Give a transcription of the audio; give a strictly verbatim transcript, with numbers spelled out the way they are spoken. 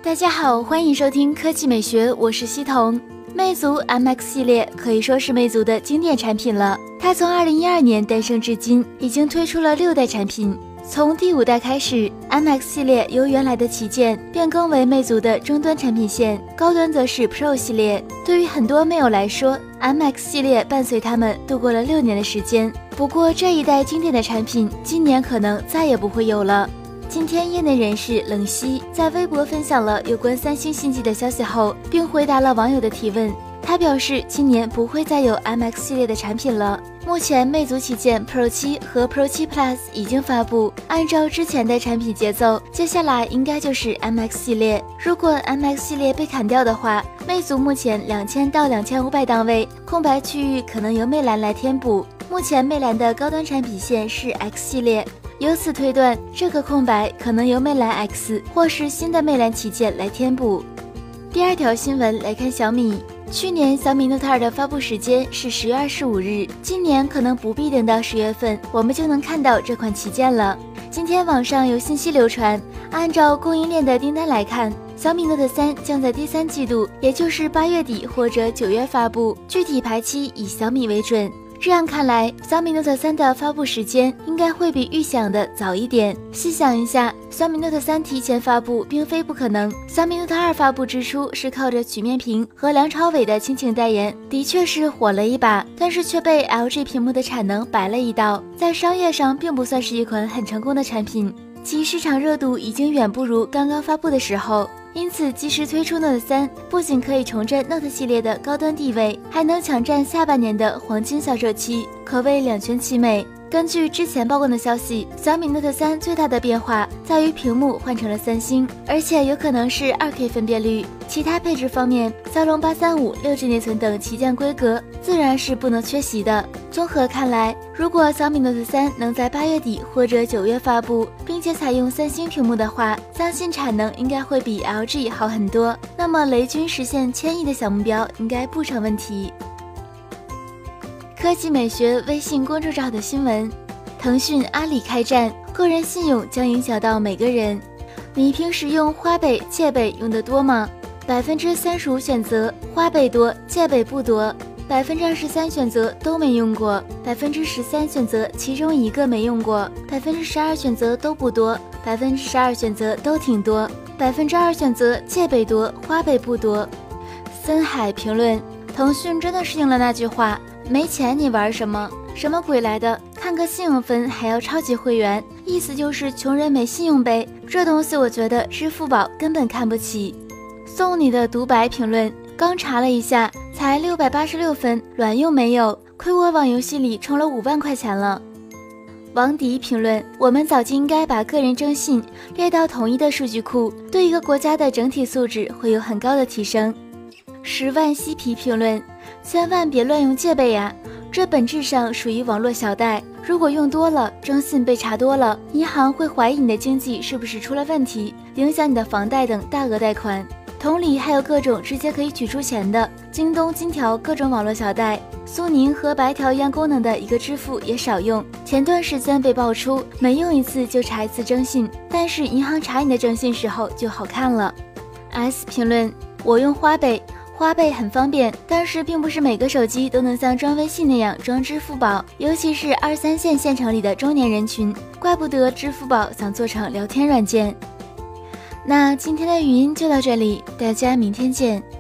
大家好，欢迎收听科技美学，我是西彤。魅族 M X 系列可以说是魅族的经典产品了，它从二零一二年诞生至今，已经推出了六代产品。从第五代开始 ，M X 系列由原来的旗舰变更为魅族的中端产品线，高端则是 Pro 系列。对于很多魅友来说 ，M X 系列伴随他们度过了六年的时间。不过这一代经典的产品，今年可能再也不会有了。今天，业内人士冷溪在微博分享了有关三星新机的消息后，并回答了网友的提问。他表示，今年不会再有 M X 系列的产品了。目前，魅族旗舰 Pro 七和 Pro 七 Plus 已经发布，按照之前的产品节奏，接下来应该就是 M X 系列。如果 M X 系列被砍掉的话，魅族目前两千到两千五百档位空白区域可能由魅蓝来填补。目前魅蓝的高端产品线是 X 系列。由此推断，这个空白可能由魅蓝 X 或是新的魅蓝旗舰来填补。第二条新闻来看小米，去年小米 Note 二的发布时间是十月二十五日，今年可能不必等到十月份，我们就能看到这款旗舰了。今天网上有信息流传，按照供应链的订单来看，小米 Note 三将在第三季度，也就是八月底或者九月发布，具体排期以小米为准。这样看来，小米 Note 三的发布时间应该会比预想的早一点。细想一下，小米 Note 三提前发布并非不可能。小米 Note 二发布之初是靠着曲面屏和梁朝伟的亲情代言，的确是火了一把，但是却被 L G 屏幕的产能白了一道，在商业上并不算是一款很成功的产品，其市场热度已经远不如刚刚发布的时候。因此，及时推出 Note 三，不仅可以重振 Note 系列的高端地位，还能抢占下半年的黄金销售期，可谓两全其美。根据之前曝光的消息，小米 Note 三最大的变化在于屏幕换成了三星，而且有可能是 二K 分辨率。其他配置方面，骁龙八三五、六 G 内存等旗舰规格自然是不能缺席的。综合看来，如果小米 Note 三能在八月底或者九月发布，并且采用三星屏幕的话，相信产能应该会比 L G 好很多。那么雷军实现千亿的小目标应该不成问题。科技美学微信公众号的新闻：腾讯、阿里开战，个人信用将影响到每个人。你平时用花呗、借呗用得多吗？百分之三十五选择花呗多，借呗不多。百分之二十三选择都没用过，百分之十三选择其中一个没用过，百分之十二选择都不多，百分之十二选择都挺多，百分之二选择借呗多，花呗不多。森海评论：腾讯真的是应了那句话，没钱你玩什么？什么鬼来的？看个信用分还要超级会员，意思就是穷人没信用呗。这东西我觉得支付宝根本看不起。送你的独白评论：刚查了一下，才六百八十六分，卵用没有，亏我网游戏里充了五万块钱了。王迪评论：我们早就应该把个人征信列到统一的数据库，对一个国家的整体素质会有很高的提升。十万嬉皮评论：千万别乱用借呗呀，这本质上属于网络小贷，如果用多了，征信被查多了，银行会怀疑你的经济是不是出了问题，影响你的房贷等大额贷款。同理，还有各种直接可以取出钱的，京东、金条各种网络小贷，苏宁和白条一样功能的一个支付也少用。前段时间被爆出，每用一次就查一次征信，但是银行查你的征信时候就好看了。S 评论：我用花呗，花呗很方便，但是并不是每个手机都能像装微信那样装支付宝，尤其是二三线县城里的中年人群，怪不得支付宝想做成聊天软件。那今天的语音就到这里，大家明天见。